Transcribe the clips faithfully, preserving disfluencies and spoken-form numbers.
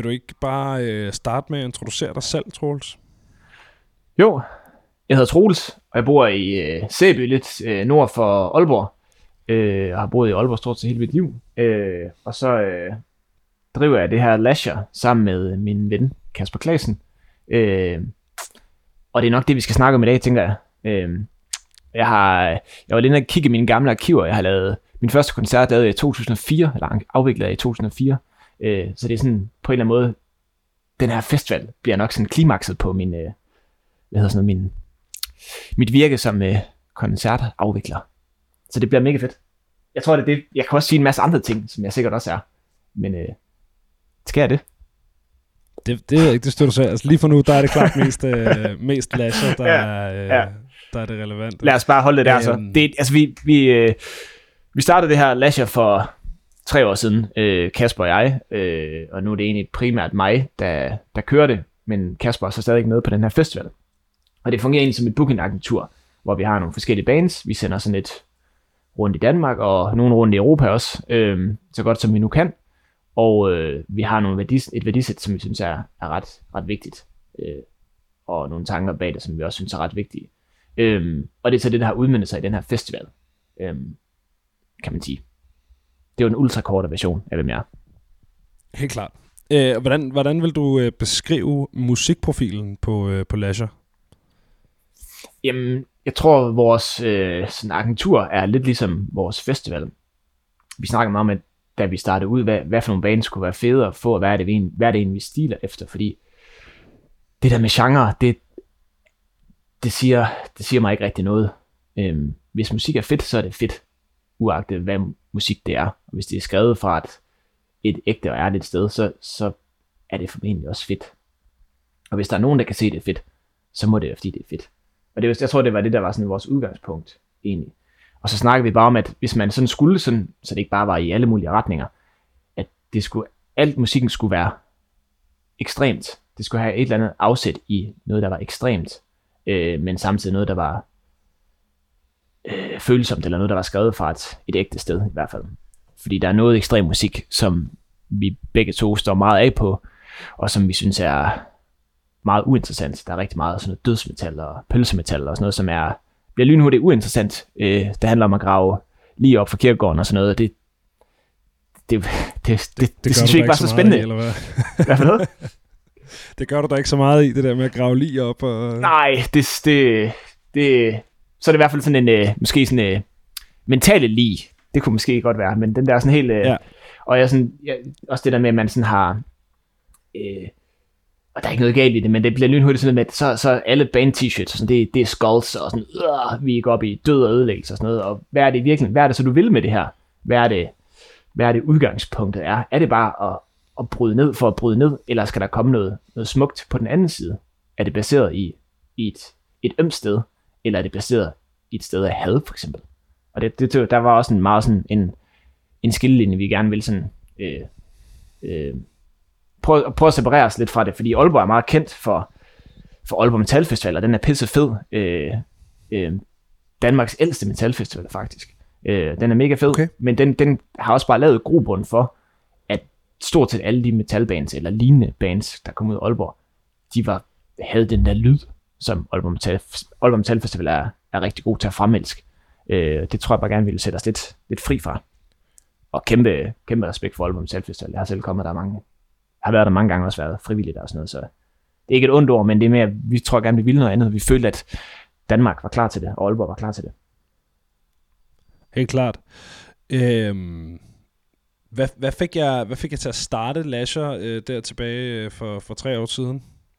du ikke bare øh, starte med at introducere dig selv, Troels? Jo, jeg hedder Troels, og jeg bor i øh, Sæby, lidt øh, nord for Aalborg. Øh, jeg har boet i Aalborg stort set hele mit liv. Øh, og så øh, driver jeg det her Lasher sammen med min ven Kasper Claesen. Øh, og det er nok det, vi skal snakke om i dag, tænker jeg. Øh, jeg har jeg var lige inde og kigge i mine gamle arkiver. Jeg har lavet min første koncert lavede jeg i to tusind og fire, eller afviklet i to tusind og fire. Øh, så det er sådan på en eller anden måde, den her festival bliver nok sådan klimakset på min, øh, hvad hedder sådan noget, min, mit virke som øh, koncertafvikler. Så det bliver mega fedt. Jeg tror, det er det. Jeg kan også sige en masse andre ting, som jeg sikkert også er. Men øh, skal jeg det? Det, det er ikke det støtter selv. Altså lige for nu, der er det klart mest, øh, mest Lasher, der, ja, er, øh, ja. der er det relevante. Lad os bare holde det der. Så. Det, altså vi, vi, øh, vi startede det her Lasher for tre år siden, øh, Kasper og jeg. Øh, og nu er det egentlig primært mig, der, der kører det. Men Kasper er så stadig med på den her festival. Og det fungerer egentlig som et bookingagentur, hvor vi har nogle forskellige bands. Vi sender sådan lidt rundt i Danmark, og nogle rundt i Europa også, øh, så godt som vi nu kan. Og øh, vi har nogle værdis, et værdisæt, som vi synes er, er ret, ret vigtigt. Øh, og nogle tanker bag det, som vi også synes er ret vigtige. Øh, og det er så det, der har udmyndet sig i den her festival, øh, kan man sige. Det er jo en ultrakorte version af, hvem jeg er. Helt klart. Øh, hvordan, hvordan vil du øh, beskrive musikprofilen på, øh, på Lasher? Jamen, jeg tror, vores øh, sådan agentur er lidt ligesom vores festival. Vi snakker meget om, at da vi startede ud, hvad, hvad for nogle bands skulle være fede at få, og hvad er det, vi, hvad er det egentlig, vi stiler efter, fordi det der med genre, det, det, siger, det siger mig ikke rigtig noget. Øhm, hvis musik er fedt, så er det fedt, uagtet hvad musik det er. Og hvis det er skrevet fra et, et ægte og ærligt sted, så, så er det formentlig også fedt. Og hvis der er nogen, der kan se, det er fedt, så må det være, fordi det er fedt. Og det, jeg tror, det var det, der var sådan vores udgangspunkt, egentlig. Og så snakker vi bare om, at hvis man sådan skulle, sådan, så det ikke bare var i alle mulige retninger, at det skulle, alt musikken skulle være ekstremt. Det skulle have et eller andet afsæt i noget, der var ekstremt, øh, men samtidig noget, der var øh, følsomt, eller noget, der var skrevet fra et, et ægte sted i hvert fald. Fordi der er noget ekstrem musik, som vi begge to står meget af på, og som vi synes er meget uinteressant. Der er rigtig meget sådan noget dødsmetal og pølsemetal og sådan noget, som er bliver lynhurtigt uinteressant. Øh, det handler om at grave lige op for kirkegården og sådan noget. Det, det, det, det, det, det, det synes vi ikke var så spændende. I, eller hvad? Hvad for noget? Det gør du da ikke så meget i, det der med at grave lige op. Og... Nej, det, det, det, så er det i hvert fald sådan en, uh, måske sådan en uh, mentale lig. Det kunne måske godt være, men den der sådan helt... Uh, ja. Og jeg sådan, jeg, også det der med, at man sådan har... Uh, og der er ikke noget galt i det, men det bliver lynhurtigt sådan med, at så, så alle band-t-shirts, sådan, det, det er skulls, og sådan, øh, vi går op i død og ødelæggelse og sådan noget, og hvad er det virkelig, hvad er det så du vil med det her? Hvad er det, hvad er det udgangspunktet er? Er det bare at, at bryde ned for at bryde ned, eller skal der komme noget, noget smukt på den anden side? Er det baseret i, i et, et ømt sted, eller er det baseret i et sted af had, for eksempel? Og det, det, der var også en meget sådan en, en skillelinje, vi gerne vil sådan... Øh, øh, Prøv, prøv at separere os lidt fra det, fordi Aalborg er meget kendt for, for Aalborg Metal Festival, og den er pisse fed. Øh, øh, Danmarks ældste metalfestival, faktisk. Øh, den er mega fed, okay. Men den, den har også bare lavet grobund for, at stort set alle de metalbands, eller lignende bands, der kom ud af Aalborg, de var, havde den der lyd, som Aalborg Metal, Aalborg Metal Festival er, er rigtig god til at fremelske. Øh, det tror jeg bare gerne ville sætte os lidt, lidt fri fra. Og kæmpe, kæmpe respekt for Aalborg Metal Festival. Jeg har selv kommet der mange har været der mange gange, også været frivilligt og sådan noget, så det er ikke et ondt ord, men det er mere, vi tror gerne, vi ville noget andet. Vi følte, at Danmark var klar til det, og Aalborg var klar til det. Helt klart. Øhm, hvad, hvad, fik jeg, hvad fik jeg til at starte Lasher øh, der tilbage for, for tre år siden?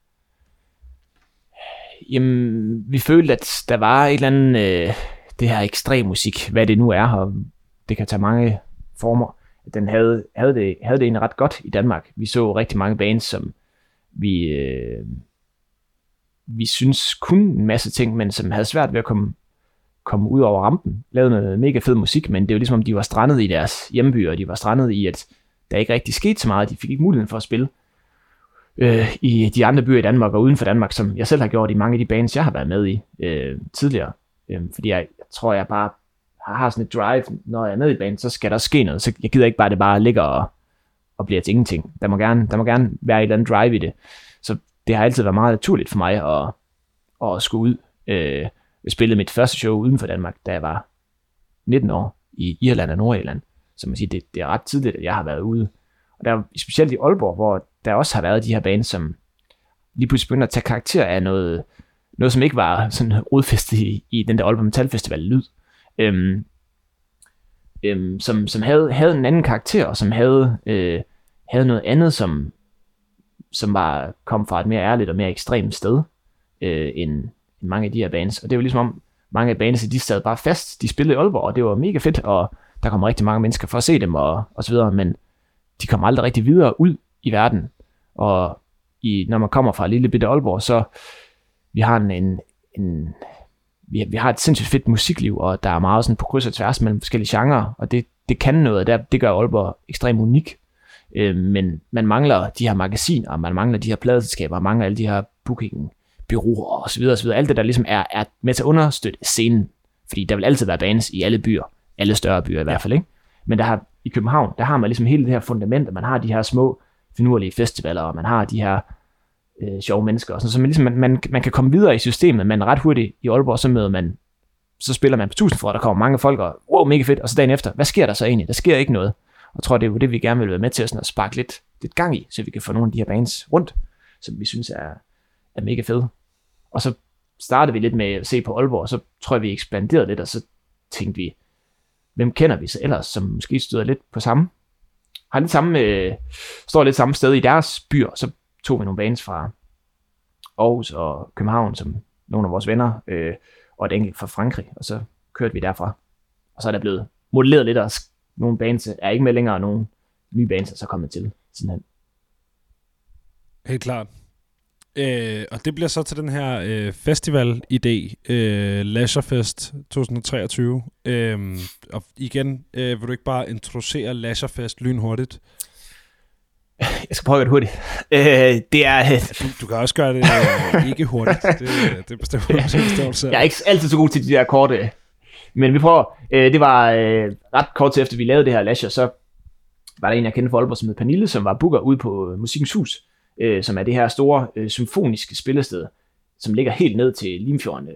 Jamen, vi følte, at der var et eller andet, øh, det her ekstrem musik, hvad det nu er, og det kan tage mange former. Den havde, havde, det, havde det egentlig ret godt i Danmark. Vi så rigtig mange bands, som vi, øh, vi synes kunne en masse ting, men som havde svært ved at komme, komme ud over rampen. Lavede noget mega fed musik, men det var ligesom, om de var strandet i deres hjembyer, og de var strandet i, at der ikke rigtig skete så meget. De fik ikke muligheden for at spille øh, i de andre byer i Danmark og uden for Danmark, som jeg selv har gjort i mange af de bands, jeg har været med i øh, tidligere. Øh, fordi jeg, jeg tror, jeg bare har sådan et drive, når jeg er med i band, så skal der ske noget. Så jeg gider ikke bare, det bare ligger og, og bliver til ingenting. Der må gerne, der må gerne være et eller andet drive i det. Så det har altid været meget naturligt for mig at, at skulle ud. Øh, jeg spillede mit første show uden for Danmark, da jeg var nitten år i Irland og Nordirland. Så man siger, det, det er ret tidligt, at jeg har været ude. Og der er specielt i Aalborg, hvor der også har været de her bands, som lige pludselig begynder at tage karakter af noget, noget som ikke var sådan rodfæstet i, i den der Aalborg Metal Festival lyd. Øhm, øhm, som, som havde, havde en anden karakter, og som havde, øh, havde noget andet, som, som var, kom fra et mere ærligt og mere ekstremt sted, øh, end, end mange af de her bands. Og det var ligesom om, mange af bands, de sad bare fast, de spillede i Aalborg, og det var mega fedt, og der kom rigtig mange mennesker for at se dem, og, og så videre, men de kom aldrig rigtig videre ud i verden. Og i, når man kommer fra lille bitte Aalborg, så vi har en, en, en vi, vi har et sindssygt fedt musikliv, og der er meget sådan på kryds og tværs mellem forskellige genrer, og det, det kan noget, og det, det gør Aalborg ekstremt unik. Øh, men man mangler de her magasiner, og man mangler de her pladeselskaber, og mangler alle de her bookingbureauer og så videre, og så videre. Alt det, der ligesom er, er med til at understøtte scenen, fordi der vil altid være bands i alle byer, alle større byer i hvert fald, ikke? Men der har, i København, der har man ligesom hele det her fundament, man har de her små finurlige festivaler, og man har de her øh, sjove mennesker, og sådan, så man, ligesom, man, man, man kan komme videre i systemet, men ret hurtigt i Aalborg, så møder man, så spiller man på Tusindfryd, der kommer mange folk, og wow, mega fedt, og så dagen efter, hvad sker der så egentlig? Der sker ikke noget, og jeg tror, det er jo det, vi gerne vil være med til, sådan at sparke lidt, lidt gang i, så vi kan få nogle af de her bands rundt, som vi synes er, er mega fede. Og så startede vi lidt med at se på Aalborg, og så tror jeg, vi ekspanderede lidt, og så tænkte vi, hvem kender vi så ellers, som måske støder lidt på samme, har lidt samme, øh, står lidt samme sted i deres byer, så tog vi nogle bands fra Aarhus og København, som nogle af vores venner, øh, og et enkelt fra Frankrig, og så kørte vi derfra. Og så er der blevet modelleret lidt, og nogle bands er ikke med længere, og nogle nye bands er så kommet til sidenhen. Helt klart. Øh, og det bliver så til den her øh, festival-idé, øh, Leisurefest tyve treogtyve. Øh, og igen, øh, vil du ikke bare introducere Leisurefest lynhurtigt? Jeg skal prøve at gøre det hurtigt. Øh, det er, du, du kan også gøre det øh, ikke hurtigt. Det, det bestemmer du selv. selv. Jeg er ikke altid så god til de der korte, men vi prøver. Øh, det var øh, ret kort til efter vi lavede det her Leisure, så var der en, jeg kendte fra Aalborg, som hed Pernille, som var booker ude på Musikkens Hus, øh, som er det her store øh, symfoniske spillested, som ligger helt ned til Limfjorden.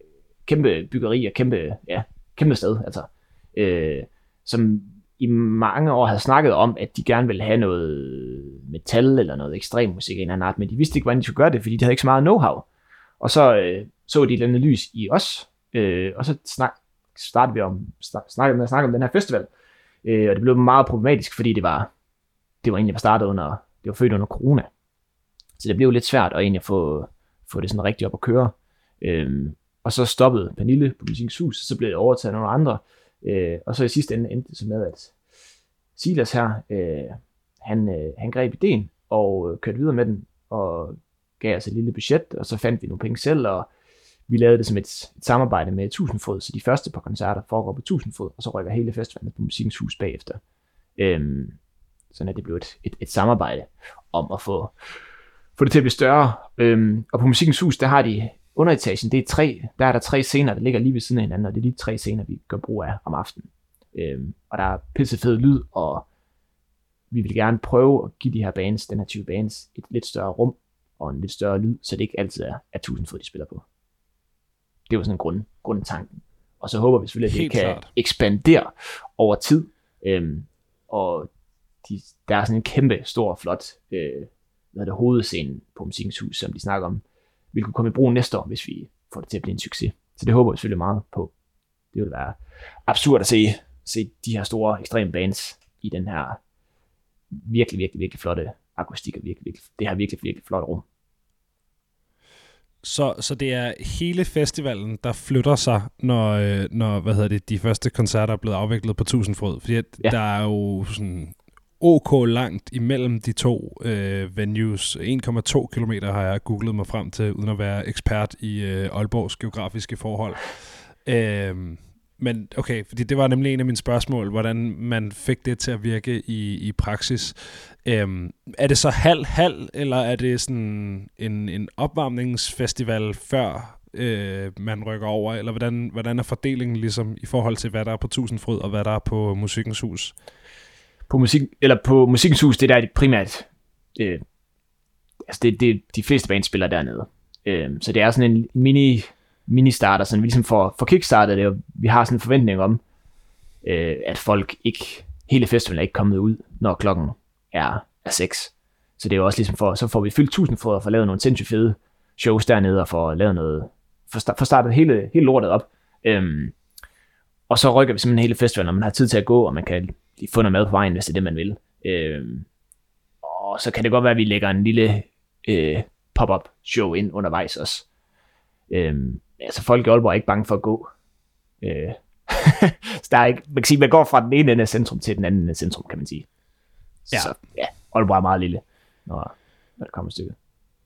Kæmpe byggeri og kæmpe, ja, kæmpe sted, altså. Øh, som i mange år havde snakket om, at de gerne ville have noget metal eller noget ekstrem musik af en anden art, men de vidste ikke, hvordan de skulle gøre det, fordi de havde ikke så meget know-how. Og så øh, så de et eller andet lys i os, øh, og så snak, startede vi om, snakkede med at snakke om den her festival, øh, og det blev meget problematisk, fordi det var, det var egentlig startet under, det var født under corona. Så det blev lidt svært at egentlig få, få det sådan rigtig op at køre. Øh, og så stoppede Pernille på Musikkens Hus, og så blev det overtaget af nogle andre. Øh, og så i sidste ende endte det så med, at Silas her, øh, han, øh, han greb ideen og øh, kørte videre med den, og gav os et lille budget, og så fandt vi nogle penge selv, og vi lavede det som et, et samarbejde med Tusindfryd, så de første par koncerter foregår på Tusindfryd, og så rykker hele festivalen på Musikkens Hus bagefter. Øh, sådan at det blev et, et, et samarbejde om at få, få det til at blive større. Øh, og på Musikkens Hus, der har de underetagen, det er tre, der er der tre scener, der ligger lige ved siden af hinanden, og det er de tre scener, vi gør brug af om aftenen. Øhm, og der er pissefed lyd, og vi vil gerne prøve at give de her bands, den her type bands, et lidt større rum, og en lidt større lyd, så det ikke altid er, er Tusindfryd, de spiller på. Det var sådan en grund, grundtanken. Og så håber vi selvfølgelig, at det kan klart ekspandere over tid, øhm, og de, der er sådan en kæmpe, stor, flot, øh, hvad er det, hovedscenen på Musikkens Hus, som de snakker om, vil kunne komme i brug næste år, hvis vi får det til at blive en succes. Så det håber jeg selvfølgelig meget på. Det vil være absurd at se, se de her store, ekstreme bands i den her virkelig, virkelig, virkelig flotte akustik, og virkelig, virkelig, det her virkelig, virkelig flotte rum. Så, så det er hele festivalen, der flytter sig, når, når hvad hedder det, de første koncerter er blevet afviklet på Tusindfryd? Fordi ja. Der er jo sådan ok langt imellem de to øh, venues. en komma to kilometer har jeg googlet mig frem til, uden at være ekspert i øh, Aalborgs geografiske forhold. Øh, men okay, fordi det var nemlig en af mine spørgsmål, hvordan man fik det til at virke i, i praksis. Øh, er det så halv-halv, eller er det sådan en, en opvarmningsfestival før øh, man rykker over, eller hvordan, hvordan er fordelingen ligesom i forhold til, hvad der er på Tusindfryd og hvad der er på Musikkens Hus? på musik, eller på Musikkens Hus, det der er det primært, øh, altså det, det, de fleste bands spiller dernede. Øh, så det er sådan en mini, mini-starter, sådan vi ligesom får, får kickstartet det, og vi har sådan en forventning om, øh, at folk ikke, hele festivalen er ikke kommet ud, når klokken er, er seks. Så det er jo også ligesom for, så får vi fyldt tusind for at få lavet nogle sindssygt fede shows dernede, og få lavet noget, for startet hele, hele lortet op. Øhm, og så rykker vi simpelthen hele festivalen, når man har tid til at gå, og man kan få noget mad på vejen, hvis det er det, man vil. Øhm, og så kan det godt være, at vi lægger en lille øh, pop-up show ind undervejs også. Øhm, altså folk i Aalborg er ikke bange for at gå. Øh, så der er ikke, man kan sige, man går fra den ene ende af centrum til den anden ende af centrum, kan man sige. Ja. Så ja, Aalborg er meget lille, når, når det kommer til stykket.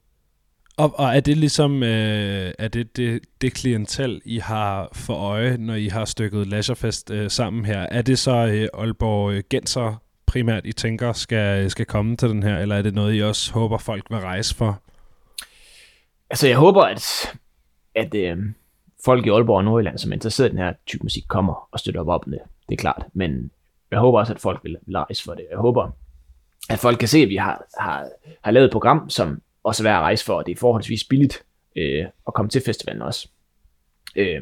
Og, og er det ligesom øh, er det, det, det klientel, I har for øje, når I har stykket Leisurefest øh, sammen her? Er det så øh, Aalborg Genser primært, I tænker, skal, skal komme til den her, eller er det noget, I også håber, folk vil rejse for? Altså, jeg håber, at, at øh, folk i Aalborg og Nordjylland, som er interesseret i den her type musik, kommer og støtter op om det. Det er klart. Men jeg håber også, at folk vil, vil rejse for det. Jeg håber, at folk kan se, at vi har, har, har lavet et program, som også er værd at rejse for, og det er forholdsvis billigt øh, at komme til festivalen også. Øh,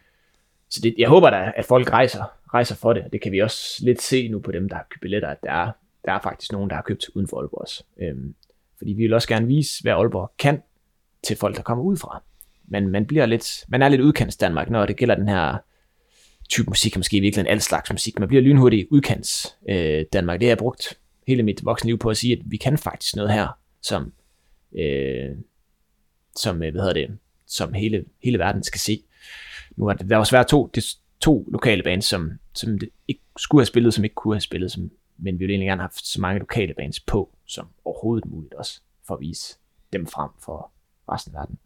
så det, jeg håber da, at folk rejser, rejser for det. Det kan vi også lidt se nu på dem, der har købt billetter, at der er, der er faktisk nogen, der har købt uden for Aalborg også. Øh, fordi vi vil også gerne vise, hvad Aalborg kan til folk, der kommer udefra. Men man, bliver lidt, man er lidt udkants Danmark, når det gælder den her type musik, måske virkelig en al slags musik. Man bliver lynhurtigt udkants øh, Danmark. Det har jeg brugt hele mit voksenliv på at sige, at vi kan faktisk noget her, som Øh, som, hvad hedder det, som hele, hele verden skal se. Nu er det, der var svært to, det, to lokale bands, som, som det ikke skulle have spillet, som ikke kunne have spillet, som, men vi ville egentlig gerne have haft så mange lokale bands på, som overhovedet muligt også, for at vise dem frem for resten af verden.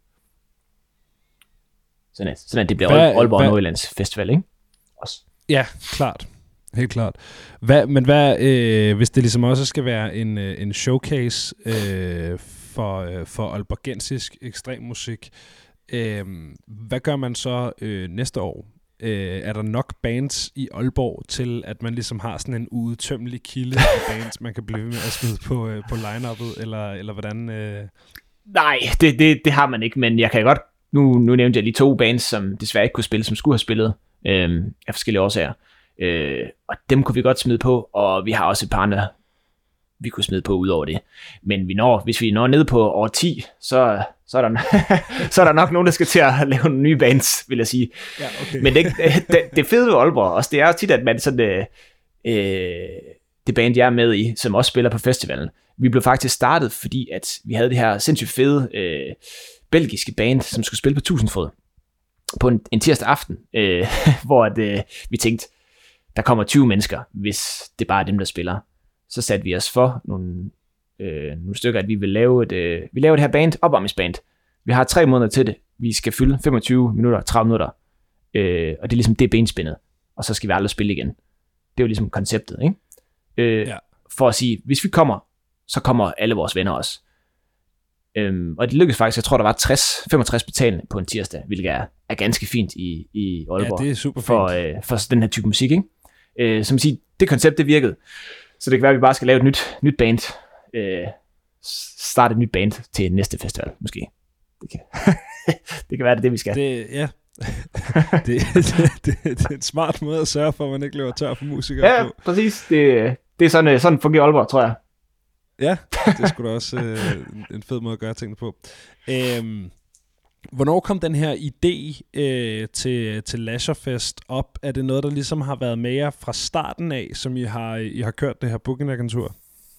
Sådan at, sådan at det bliver hvad, Aalborg og Nordjyllands Festival, ikke? Også. Ja, klart. Helt klart. Hvad, men hvad, øh, hvis det ligesom også skal være en, en showcase øh, for, for aalborgensisk ekstremmusik, øh, hvad gør man så øh, næste år? Øh, er der nok bands i Aalborg til, at man ligesom har sådan en udtømmelig kilde af bands, man kan blive med at smide på, øh, på line-uppet, eller, eller hvordan? Øh? Nej, det, det, det har man ikke, men jeg kan godt, nu, nu nævnte jeg lige to bands, som desværre ikke kunne spille, som skulle have spillet øh, af forskellige årsager. Øh, og dem kunne vi godt smide på, og vi har også et par andre, vi kunne smide på ud over det. Men vi når, hvis vi når ned på år ti, så, så, er der, så er der nok nogen, der skal til at lave nogle nye bands, vil jeg sige. Ja, okay. Men det, det, det fede ved Aalborg også, det er tit, at man sådan, øh, det band, jeg er med i, som også spiller på festivalen, vi blev faktisk startet, fordi at vi havde det her sindssygt fede øh, belgiske band, som skulle spille på Tusindfod på en, en tirsdag aften, øh, hvor at, øh, vi tænkte, der kommer tyve mennesker, hvis det bare er dem, der spiller. Så satte vi os for nogle, øh, nogle stykker, at vi vil lave et, øh, vi laver det her band, opvarmningsband. Vi har tre måneder til det. Vi skal fylde femogtyve minutter, tredive minutter. Øh, og det er ligesom det benspændet. Og så skal vi aldrig spille igen. Det er jo ligesom konceptet, ikke? Øh, ja. For at sige, hvis vi kommer, så kommer alle vores venner også. Øh, og det lykkedes faktisk, jeg tror, der var tres, femogtres betalende på en tirsdag, hvilket er, er ganske fint i, i Aalborg. Ja, det er super fint. For, øh, for den her type musik, ikke? Øh, som siger, det koncept, det virkede. Så det kan være, at vi bare skal lave et nyt, nyt band. Øh, starte et nyt band til næste festival, måske. Det kan, det kan være, det er det, vi skal. Det, ja. det, det, det, det er en smart måde at sørge for, at man ikke løber tør for musikere. Ja, på. Præcis. Det, det er sådan, sådan fungerer Aalborg, tror jeg. Ja, det er sgu da også øh, en fed måde at gøre tingene på. Øhm, Hvornår kom den her idé øh, til, til Leisurefest op? Er det noget, der ligesom har været med jer fra starten af, som I har, I har kørt det her bookingagentur?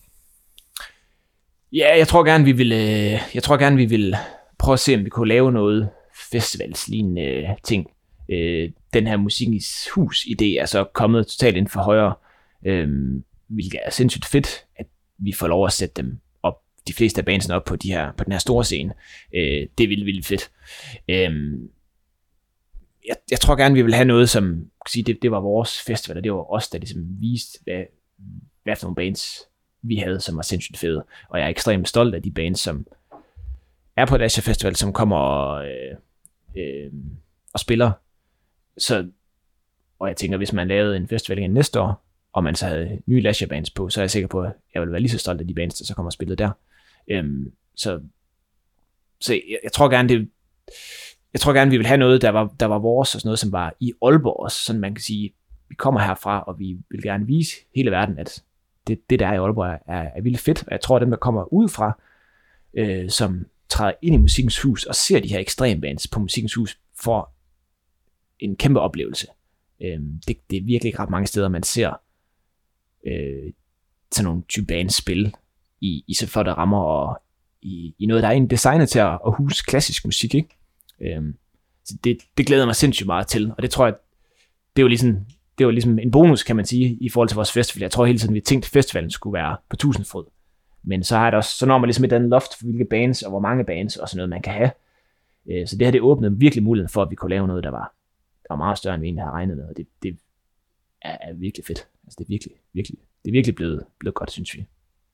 Ja, jeg tror gerne, vi vil, øh, jeg tror gerne, vi vil prøve at se, om vi kunne lave noget festivalslignende øh, ting. Øh, den her Musikkens Hus-idé er så kommet totalt inden for højre, øh, hvilket er sindssygt fedt, at vi får lov at sætte dem de fleste af bandsene op på, de her, på den her store scene. Øh, det er vildt, vildt fedt. Øh, jeg, jeg tror gerne, vi vil have noget, som kan sige, det, det var vores festival, og det var os, der ligesom viste, hvad, hvad for nogle bands vi havde, som var sindssygt fede. Og jeg er ekstremt stolt af de bands, som er på Dasher Festival, som kommer og, øh, øh, og spiller. Så, og jeg tænker, hvis man lavede en festival igen næste år, og man så havde nye Lasher bands på, så er jeg sikker på, at jeg vil være lige så stolt af de bands, der så kommer og spille der. Øhm, så så jeg, jeg tror gerne, det jeg tror gerne, vi vil have noget, der var, der var vores, og sådan noget, som var i Aalborg også, sådan man kan sige, vi kommer herfra, og vi vil gerne vise hele verden, at det, det der er i Aalborg er, er, er vildt fedt, og jeg tror, at dem, der kommer udefra, øh, som træder ind i Musikkens Hus, og ser de her ekstrembands på Musikkens Hus, får en kæmpe oplevelse. Øh, det, det er virkelig ikke ret mange steder, man ser øh, sådan nogle type bands spille, i, i så flotte rammer, og i, i noget, der er egentlig designet til at, at huse klassisk musik, ikke? Øhm, så det, det glæder mig sindssygt meget til, og det tror jeg, det er jo ligesom, det var ligesom en bonus, kan man sige, i forhold til vores festival. Jeg tror hele tiden, vi tænkte, at festivalen skulle være på tusindfryd. Men så har det også, så når man ligesom et andet loft for hvilke bands, og hvor mange bands, og sådan noget, man kan have. Øh, så det her, det åbnede virkelig muligheden for, at vi kunne lave noget, der var, der var meget større, end vi egentlig havde regnet med, og det, det er, er virkelig fedt. Altså det er virkelig, virkelig, det er virkelig blevet, blevet godt, synes vi.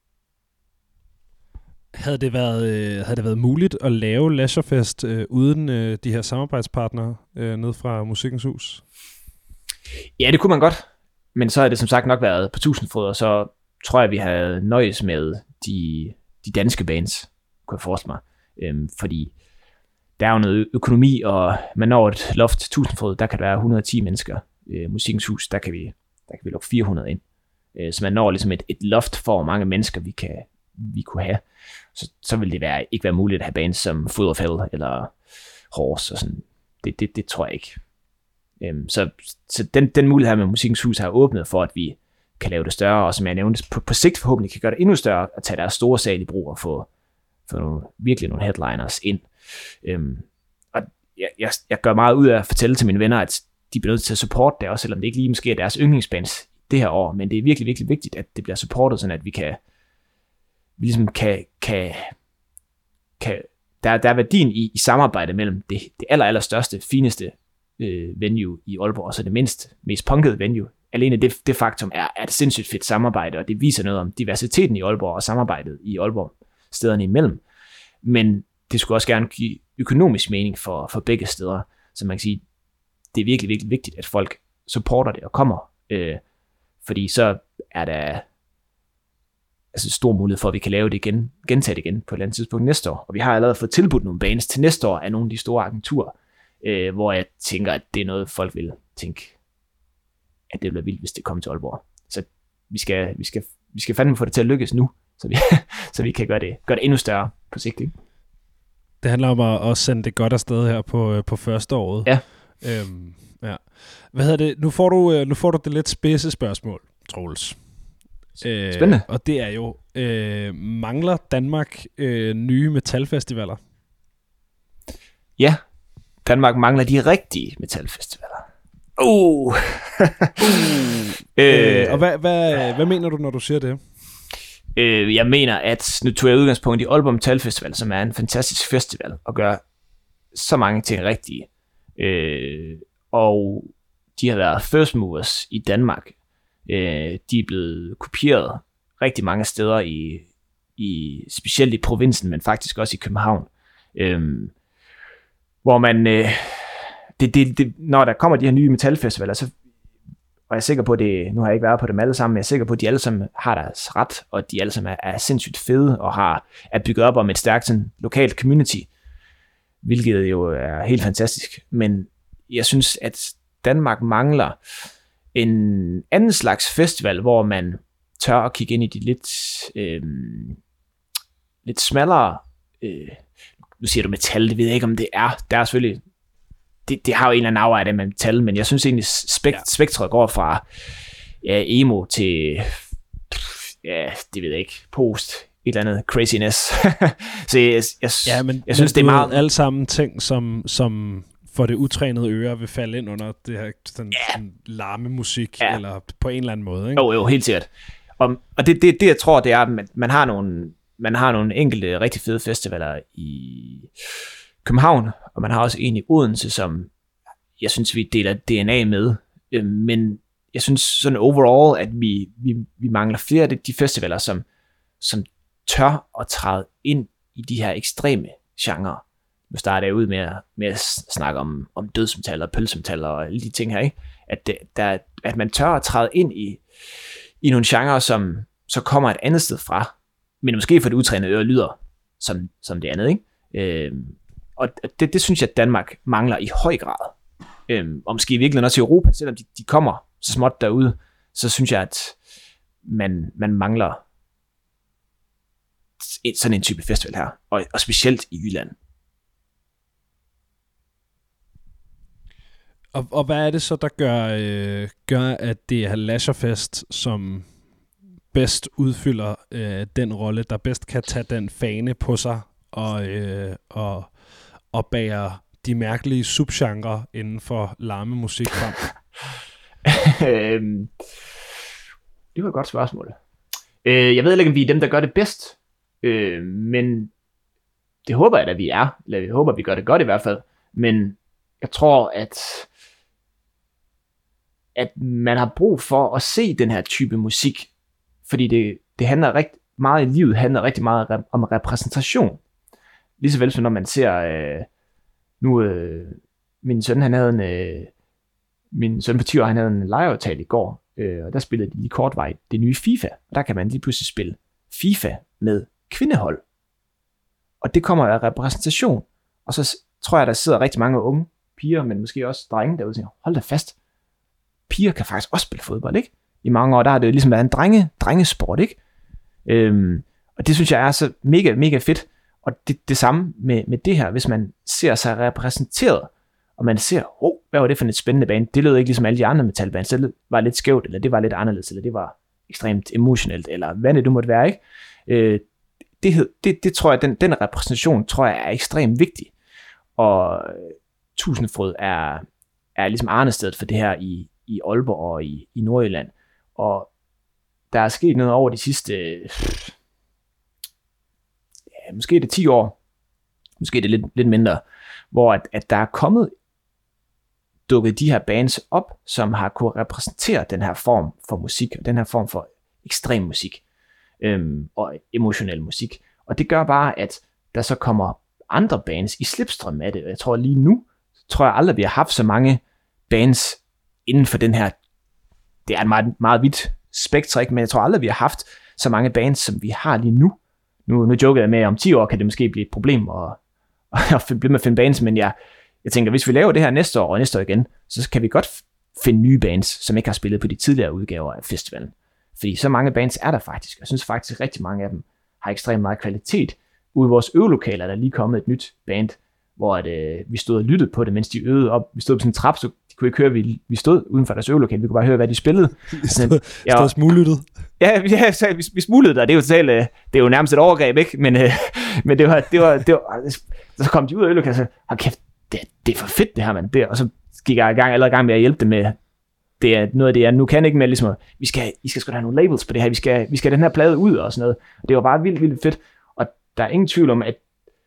Havde det været, øh, havde det været muligt at lave Lasherfest øh, uden øh, de her samarbejdspartnere øh, ned fra Musikkens Hus? Ja, det kunne man godt. Men så har det som sagt nok været på tusindfryd, og så tror jeg, vi havde nøjes med de, de danske bands, kunne jeg forestille mig. Øhm, fordi der er jo noget økonomi, og man når et loft til tusindfryd, der kan der være et hundrede og ti mennesker. Øh, Musikkens Hus, der kan vi, der kan vi lukke fire hundrede ind. Øh, så man når ligesom et, et loft for, hvor mange mennesker vi kan vi kunne have, så, så vil det være, ikke være muligt at have bands som Food of Hell eller Horse og sådan. Det, det, det tror jeg ikke. Øhm, så så den, den mulighed her med Musikkens Hus har åbnet for, at vi kan lave det større, og som jeg nævnte, på, på sigt forhåbentlig kan gøre det endnu større, at tage deres store sal i brug og få, få nogle, virkelig nogle headliners ind. Øhm, og jeg, jeg, jeg gør meget ud af at fortælle til mine venner, at de bliver nødt til at supporte det, også selvom det ikke lige måske er deres yndlingsbands det her år, men det er virkelig, virkelig vigtigt, at det bliver supportet, sådan at vi kan vi ligesom kan, kan, kan der, der er værdien i, i samarbejde mellem det, det aller, aller største, fineste øh, venue i Aalborg, og så det mindst, mest punkede venue. Alene det, det faktum er, er et sindssygt fedt samarbejde, og det viser noget om diversiteten i Aalborg, og samarbejdet i Aalborg, stederne imellem. Men det skulle også gerne give økonomisk mening for, for begge steder, så man kan sige, det er virkelig, virkelig vigtigt, at folk supporter det og kommer, øh, fordi så er der altså stor mulighed for, at vi kan lave det igen, gentage det igen på et eller andet tidspunkt næste år. Og vi har allerede fået tilbudt nogle bands til næste år af nogle af de store agenturer, øh, hvor jeg tænker, at det er noget, folk vil tænke, at det bliver vildt, hvis det kommer til Aalborg. Så vi skal, vi skal, vi skal fandme få det til at lykkes nu, så vi, så vi kan gøre det, gøre det endnu større på sigt. Ikke? Det handler om at, at sende det godt afsted her på, på første året. Ja. Øhm, ja. Hvad hedder det? Nu får du, nu får du det lidt spidse spørgsmål, Troels. Spændende. Øh, og det er jo, øh, mangler Danmark øh, nye metalfestivaler? Ja, Danmark mangler de rigtige metalfestivaler. Uh. uh. øh, og hvad, hvad, hvad mener du, når du siger det? Øh, jeg mener, at nu tog jeg udgangspunkt i Aalborg Metal Festival, som er en fantastisk festival, og gør så mange ting rigtige. Øh, og de har været first movers i Danmark. Øh, de er blevet kopieret rigtig mange steder, i, i specielt i provinsen, men faktisk også i København. Øh, hvor man, øh, det, det, det, når der kommer de her nye metalfestivaler, så og jeg er sikker på, at det, nu har jeg ikke været på dem alle sammen, men jeg er sikker på, at de alle sammen har deres ret, og de alle sammen er, er sindssygt fede, og har, er bygget op om et stærkt sådan, lokalt community, hvilket jo er helt fantastisk. Men jeg synes, at Danmark mangler en anden slags festival, hvor man tør at kigge ind i de lidt, øh, lidt smallere, øh, nu siger du metal, det ved jeg ikke, om det er, der er selvfølgelig, Det, det har jo en eller anden afvej af det med metal, men jeg synes egentlig, spekt- ja. spektret går fra ja, emo til, ja, det ved jeg ikke, post, et eller andet craziness. Så jeg, jeg, ja, men, jeg synes, men det er meget... alle sammen ting, som, som for det utrænede øre vil falde ind under det her sådan, ja. sådan larmemusik, ja. Eller på en eller anden måde. Ikke? Jo, jo, helt sikkert. Og, og det, det, det, jeg tror, det er, at man, man, har nogle, man har nogle enkelte rigtig fede festivaler i København, og man har også en i Odense, som jeg synes, vi deler D N A med. Men jeg synes sådan overall, at vi, vi, vi mangler flere af de festivaler, som, som tør at træde ind i de her ekstreme genrer. Nu starter jeg ud med at, med at snakke om, om dødsmetal og pølsemetal og alle de ting her, ikke? At, det, der, at man tør at træde ind i, i nogle genrer, som så kommer et andet sted fra, men måske for det utrænede øre lyder som, som det andet, ikke? Øh, og det, det synes jeg, at Danmark mangler i høj grad. Øh, og måske i virkeligheden også i Europa, selvom de, de kommer så småt derude, så synes jeg, at man, man mangler et, sådan en type festival her, og, og specielt i Jylland. Og, og hvad er det så, der gør, øh, gør at det er Leisurefest, som bedst udfylder øh, den rolle, der bedst kan tage den fane på sig og, øh, og, og bære de mærkelige subgenre inden for larmemusik frem? øhm, det var et godt spørgsmål. Øh, jeg ved ikke, om vi er dem, der gør det bedst, øh, men det håber jeg, at vi er. Eller jeg håber, at vi gør det godt i hvert fald. Men jeg tror, at at man har brug for at se den her type musik, fordi det, det handler rigtig meget i livet, handler rigtig meget om repræsentation. Lige så vel som når man ser, øh, nu, øh, min søn, han havde en, øh, min søn på ti år, han havde en legeaftale i går, øh, og der spillede de lige kortvarigt det nye FIFA, og der kan man lige pludselig spille FIFA med kvindehold. Og det kommer af repræsentation, og så tror jeg, der sidder rigtig mange unge piger, men måske også drenge derude, og siger, hold da fast, piger kan faktisk også spille fodbold, ikke? I mange år, der har det jo ligesom været en drenge, drengesport, ikke? Øhm, og det synes jeg er så mega, mega fedt. Og det, det samme med, med det her, hvis man ser sig repræsenteret, og man ser, oh, hvad var det for et spændende band? Det lød ikke ligesom alle de andre metalbands, det var lidt skævt, eller det var lidt anderledes, eller det var ekstremt emotionelt, eller hvad det du måtte være, ikke? Øh, det, det, det tror jeg, den, den repræsentation, tror jeg er ekstremt vigtig. Og Tusindfryd er, er ligesom arnestedet for det her i i Aalborg og i, i Nordjylland. Og der er sket noget over de sidste, ja, måske det ti år, måske det lidt, lidt mindre, hvor at, at der er kommet dukket de her bands op, som har kunnet repræsentere den her form for musik, og den her form for ekstrem musik, øhm, og emotionel musik. Og det gør bare, at der så kommer andre bands i slipstrøm af det. Og jeg tror lige nu, tror jeg aldrig, vi har haft så mange bands inden for den her, det er en meget, meget vidt spektrum, men jeg tror aldrig, vi har haft så mange bands, som vi har lige nu. Nu, nu joker jeg med, at om ti år kan det måske blive et problem at, at blive med at finde bands, men jeg, jeg tænker, hvis vi laver det her næste år og næste år igen, så kan vi godt finde nye bands, som ikke har spillet på de tidligere udgaver af festivalen. Fordi så mange bands er der faktisk. Jeg synes faktisk, at rigtig mange af dem har ekstremt meget kvalitet. Ude i vores øvelokaler er der lige kommet et nyt band, hvor at, øh, vi stod og lyttede på det, mens de øvede op. Vi stod på sådan en trap, så de kunne ikke høre, vi, vi stod uden for deres øvelokale. Vi kunne bare høre, hvad de spillede. Vi stod, ja, stod smuglyttet. Ja, ja så, vi, vi smuglede der. Det er jo totalt, øh, det er jo nærmest et overgreb, ikke? Men, øh, men det var, det var, det var, så kom de ud af øvelokalen, og så, hold kæft, det, det er for fedt det her, mand. Det, og så gik jeg i gang, allerede i gang med at hjælpe dem med, det er noget af det, jeg nu kan ikke mere, ligesom, vi skal, I skal sgu da have nogle labels på det her, vi skal, vi skal have den her plade ud og sådan noget. Og det var bare vildt, vildt fedt. Og der er ingen tvivl om, at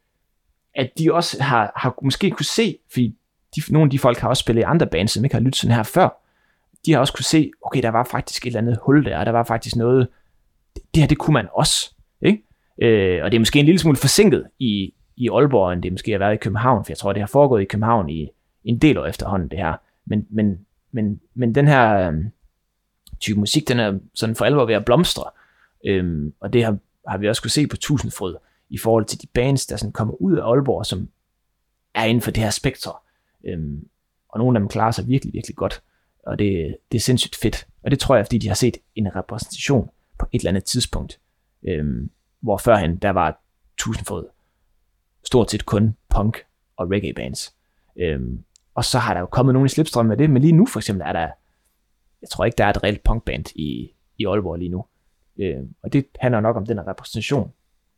at de også har, har måske kunne se, fordi de, nogle af de folk har også spillet i andre bands, som ikke har lyttet sådan her før, de har også kunne se, okay, der var faktisk et eller andet hul der, og der var faktisk noget, det her, det kunne man også, ikke? Øh, og det er måske en lille smule forsinket i, i Aalborg, end det måske har været i København, for jeg tror, det har foregået i København i en del år efterhånden, det her. Men, men, men, men den her øh, type musik, den er sådan for alvor ved at blomstre, øh, og det har, har vi også kunne se på Tusindfryd, i forhold til de bands, der sådan kommer ud af Aalborg, som er inden for det her spektrum. Øhm, og nogle af dem klarer sig virkelig, virkelig godt. Og det, det er sindssygt fedt. Og det tror jeg, fordi de har set en repræsentation på et eller andet tidspunkt. Øhm, hvor førhen, der var Tusindfryd stort set kun punk og reggae bands. Øhm, og så har der jo kommet nogen i slipstrøm med det, men lige nu for eksempel er der, jeg tror ikke, der er et reelt punkband i, i Aalborg lige nu. Øhm, og det handler nok om den her repræsentation.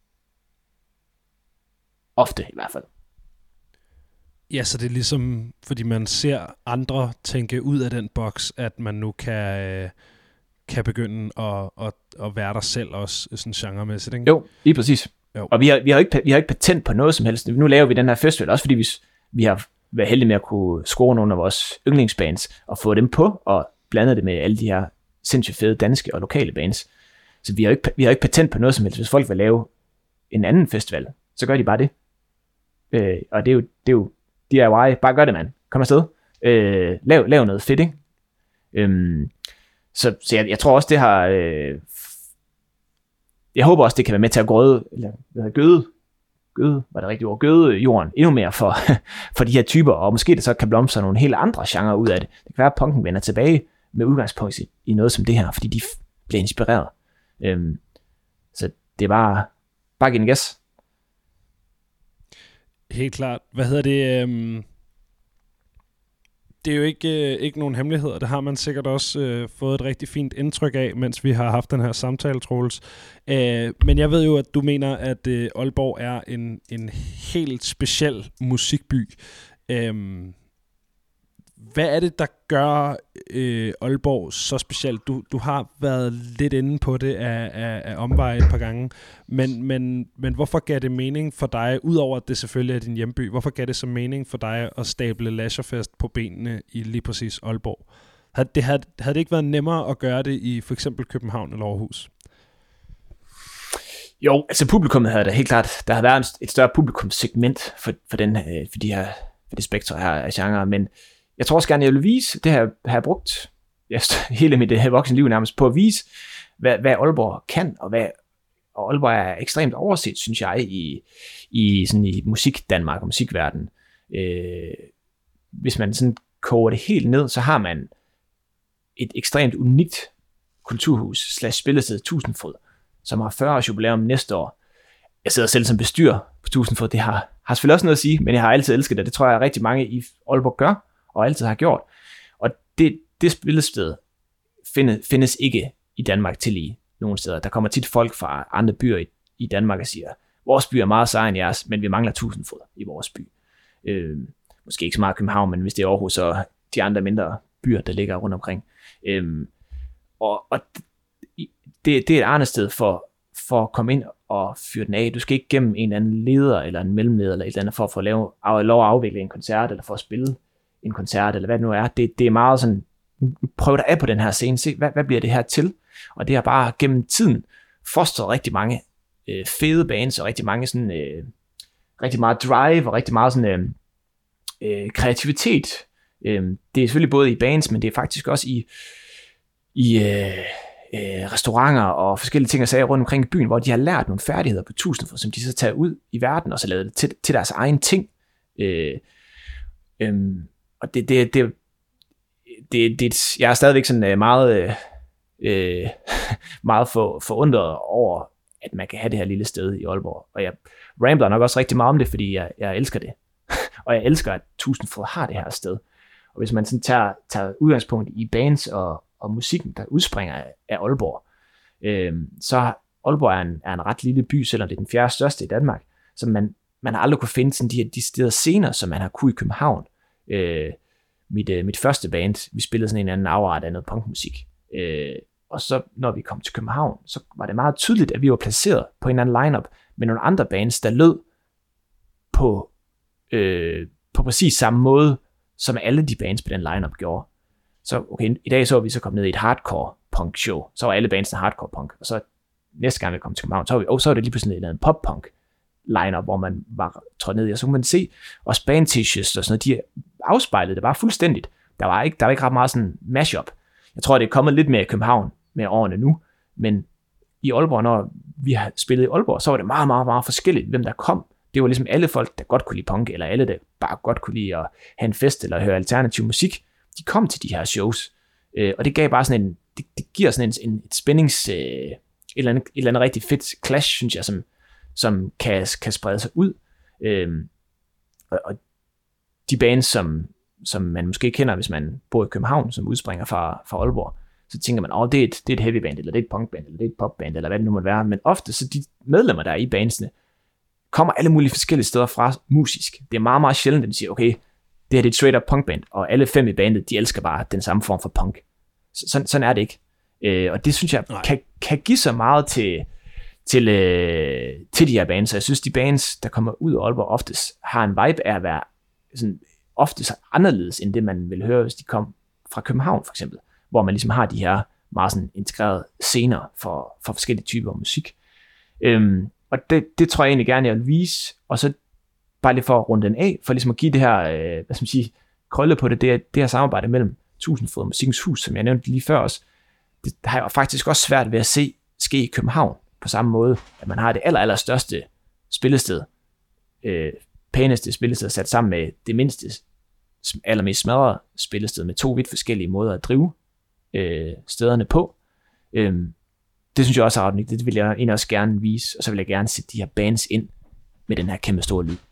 Ofte i hvert fald. Ja, så det er ligesom, fordi man ser andre tænke ud af den boks, at man nu kan, kan begynde at, at, at være der selv også, sådan genremæssigt, ikke? Jo, lige præcis. Jo. Og vi har, vi, har ikke, vi har ikke patent på noget som helst. Nu laver vi den her festival, også fordi vi, vi har været heldige med at kunne score nogle af vores yndlingsbands, og få dem på, og blande det med alle de her sindssygt fede danske og lokale bands. Så vi har ikke, vi har ikke patent på noget som helst. Hvis folk vil lave en anden festival, så gør de bare det. Øh, og det er jo, det er jo D I Y, bare gør det, mand. Kom afsted. Øh, lav, lav noget fedt, ikke? Øhm, så, så jeg, jeg tror også, det har... Øh, jeg håber også, det kan være med til at grøde, eller hvad hedder, gøde, gøde, var det rigtigt ord, gøde jorden endnu mere for, for de her typer, og måske det så kan blomstre nogle helt andre genrer ud af det. Det kan være, at punken vender tilbage med udgangspunkt i, i noget som det her, fordi de f- bliver inspireret. Øhm, så det er bare, bare give en gas. Helt klart. Hvad hedder det? Øhm Det er jo ikke, øh, ikke nogen hemmeligheder. Det har man sikkert også øh, fået et rigtig fint indtryk af, mens vi har haft den her samtale, Troels. Øh, men jeg ved jo, at du mener, at øh, Aalborg er en, en helt speciel musikby. Øh, hvad er det, der gør øh, Aalborg så specielt? Du, du har været lidt inde på det af, af, af omveje et par gange, men, men, men hvorfor gav det mening for dig, udover at det selvfølgelig er din hjemby, hvorfor gav det så mening for dig at stable Leisurefest på benene i lige præcis Aalborg? Havde det, havde, havde det ikke været nemmere at gøre det i for eksempel København eller Aarhus? Jo, altså publikummet havde det helt klart, der havde været et større publikumssegment for, for, den, for de her for det spektrum her af genre, men jeg tror også gerne, jeg vil vise, det her har jeg brugt jeg, hele mit uh, voksne liv nærmest på at vise, hvad, hvad Aalborg kan, og hvad og Aalborg er ekstremt overset, synes jeg, i, i, sådan i musik Danmark og musikverden. Øh, hvis man sådan koger det helt ned, så har man et ekstremt unikt kulturhus slash spillested Tusindfryd, som har fyrre års jubilæum næste år. Jeg sidder selv som bestyrer på Tusindfryd, det har, har selvfølgelig også noget at sige, men jeg har altid elsket det, det tror jeg rigtig mange i Aalborg gør, og altid har gjort. Og det, det spillested findes, findes ikke i Danmark til i nogle steder. Der kommer tit folk fra andre byer i, i Danmark og siger, vores by er meget sejere end jeres, men vi mangler Tusindfryd i vores by. Øh, måske ikke så meget København, men hvis det er Aarhus og de andre mindre byer, der ligger rundt omkring. Øh, og og det, det er et andet sted for, for at komme ind og fyre den af. Du skal ikke gennem en eller anden leder, eller en mellemleder, eller et eller andet, for at få lave, lov at afvikle en koncert, eller for at spille en koncert, eller hvad det nu er. Det, det er meget sådan, prøv dig af på den her scene, se, hvad, hvad bliver det her til? Og det har bare gennem tiden fostret rigtig mange øh, fede bands, og rigtig mange sådan, øh, rigtig meget drive, og rigtig meget sådan, øh, øh, kreativitet. Øh, det er selvfølgelig både i bands, men det er faktisk også i, i øh, øh, restauranter, og forskellige ting og sager rundt omkring i byen, hvor de har lært nogle færdigheder på Tusindfryd, som de så tager ud i verden, og så lavet det til, til deres egen ting. Øh, øh, og det, det, det, det, det, jeg er stadigvæk sådan meget, øh, meget for, forundret over, at man kan have det her lille sted i Aalborg. Og jeg rambler nok også rigtig meget om det, fordi jeg, jeg elsker det. Og jeg elsker, at Tusindfryd har det her sted. Og hvis man sådan tager, tager udgangspunkt i bands og, og musikken, der udspringer af, af Aalborg, øh, så Aalborg er en, er en ret lille by, selvom det er den fjerde største i Danmark. Så man, man har aldrig kunne finde sådan de her de steder scener, som man har kunnet i København. Øh, mit, øh, mit første band, vi spillede sådan en anden afart af noget punkmusik. Øh, og så når vi kom til København, så var det meget tydeligt, at vi var placeret på en eller anden lineup med nogle andre bands, der lød på, øh, på præcis samme måde, som alle de bands på den lineup gjorde. Så okay, i dag så var vi så kommet ned i et hardcore punk show, så var alle bandsene hardcore punk, og så næste gang vi kom til København, så var, vi, oh, så var det lige pludselig en pop punk lineup, hvor man var trådt ned i, og så kunne man se også band t-shirts og sådan noget, de afspejlede det bare fuldstændigt. Der var ikke, der var ikke ret meget sådan mashup. Jeg tror, det er kommet lidt mere i København med årene nu, men i Aalborg, når vi har spillet i Aalborg, så var det meget, meget, meget forskelligt, hvem der kom. Det var ligesom alle folk, der godt kunne lide punk, eller alle, der bare godt kunne lide at have en fest, eller høre alternativ musik, de kom til de her shows. Øh, og det gav bare sådan en, det, det giver sådan en, en et spændings, øh, et, eller andet, et eller andet rigtig fedt clash, synes jeg, som, som kan, kan sprede sig ud. Øh, og, og de bands, som, som man måske kender, hvis man bor i København, som udspringer fra, fra Aalborg, så tænker man, åh, oh, det, det er et heavy band, eller det er et punkband, eller det er et popband, eller hvad det nu måtte være. Men ofte, så de medlemmer, der er i bandsene, kommer alle mulige forskellige steder fra musisk. Det er meget, meget sjældent, at de siger, okay, det her det er et straight up punkband, og alle fem i bandet, de elsker bare den samme form for punk. Så, sådan, sådan er det ikke. Øh, og det synes jeg kan, kan give så meget til, til, øh, til de her bands. Så jeg synes, de bands, der kommer ud af Aalborg oftest, har en vibe af at være sådan, oftest anderledes, end det man ville høre, hvis de kom fra København for eksempel, hvor man ligesom har de her meget sådan integrerede scener for, for forskellige typer musik. Øhm, og det, det tror jeg egentlig gerne, jeg vil vise, og så bare lige for at runde den af, for ligesom at give det her, øh, hvad skal man sige, krølle på det, det, det her samarbejde mellem Tusindfryd og Musikkens Hus, som jeg nævnte lige før også, det har jeg faktisk også svært ved at se ske i København på samme måde, at man har det aller, aller største spillested, øh, pæneste spillested sat sammen med det mindste, allermest smadrede spillested med to vidt forskellige måder at drive øh, stederne på. Øh, det synes jeg også er ret unikt. Det vil jeg egentlig også gerne vise, og så vil jeg gerne sætte de her bands ind med den her kæmpe store lyd.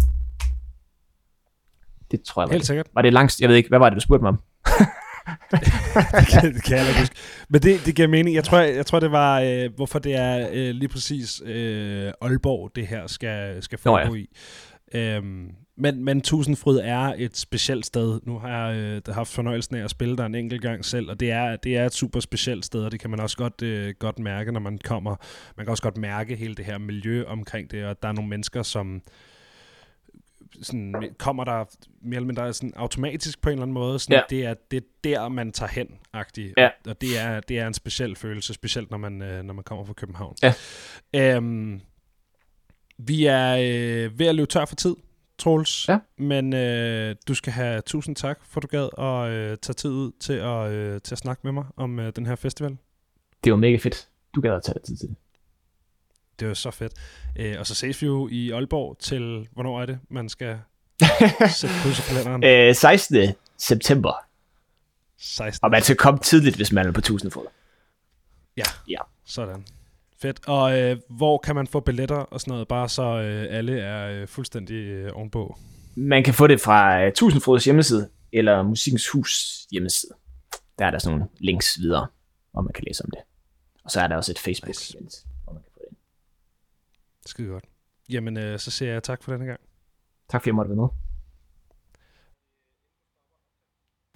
Det tror jeg var Helt det. sikkert. Var det langt? Jeg ved ikke, hvad var det, du spurgte mig om? det, kan, det kan jeg ikke huske. Men det, det giver mening. Jeg tror, jeg, jeg tror det var, øh, hvorfor det er øh, lige præcis øh, Aalborg, det her skal, skal foregå Nå, ja. i. Øhm, men, men Tusindfryd er et specielt sted. Nu har jeg øh, haft fornøjelsen af at spille der en enkelt gang selv, og det er, det er et super specielt sted, og det kan man også godt, øh, godt mærke, når man kommer. Man kan også godt mærke hele det her miljø omkring det, og der er nogle mennesker, som sådan, kommer der mere eller mindre sådan automatisk på en eller anden måde. Sådan, ja. det, er, det er der, man tager hen-agtigt. Ja. Og, og det er, det er en speciel følelse, specielt når man, øh, når man kommer fra København. Ja. Øhm, vi er øh, ved at løbe tør for tid, Troels. Ja. Men øh, du skal have tusind tak, for du gad at øh, tage tid ud til at, øh, til at snakke med mig om øh, den her festival. Det var mega fedt. Du gad at tage tid til det. Det var så fedt. Øh, og så ses vi jo i Aalborg til, hvornår er det, man skal sætte kryds i kalenderen? øh, sekstende september. sekstende. Og man skal komme tidligt, hvis man er på Tusindfryd. Ja, ja, sådan. Fedt. Og øh, hvor kan man få billetter og sådan noget, bare så øh, alle er øh, fuldstændig øh, ovenpå? Man kan få det fra øh, Tusindfryds hjemmeside, eller Musikkens Hus hjemmeside. Der er der sådan nogle links videre, hvor man kan læse om det. Og så er der også et Facebook-event, nice. Hvor man kan få det. Skide godt. Jamen, øh, så siger jeg tak for denne gang. Tak fordi jeg måtte være med.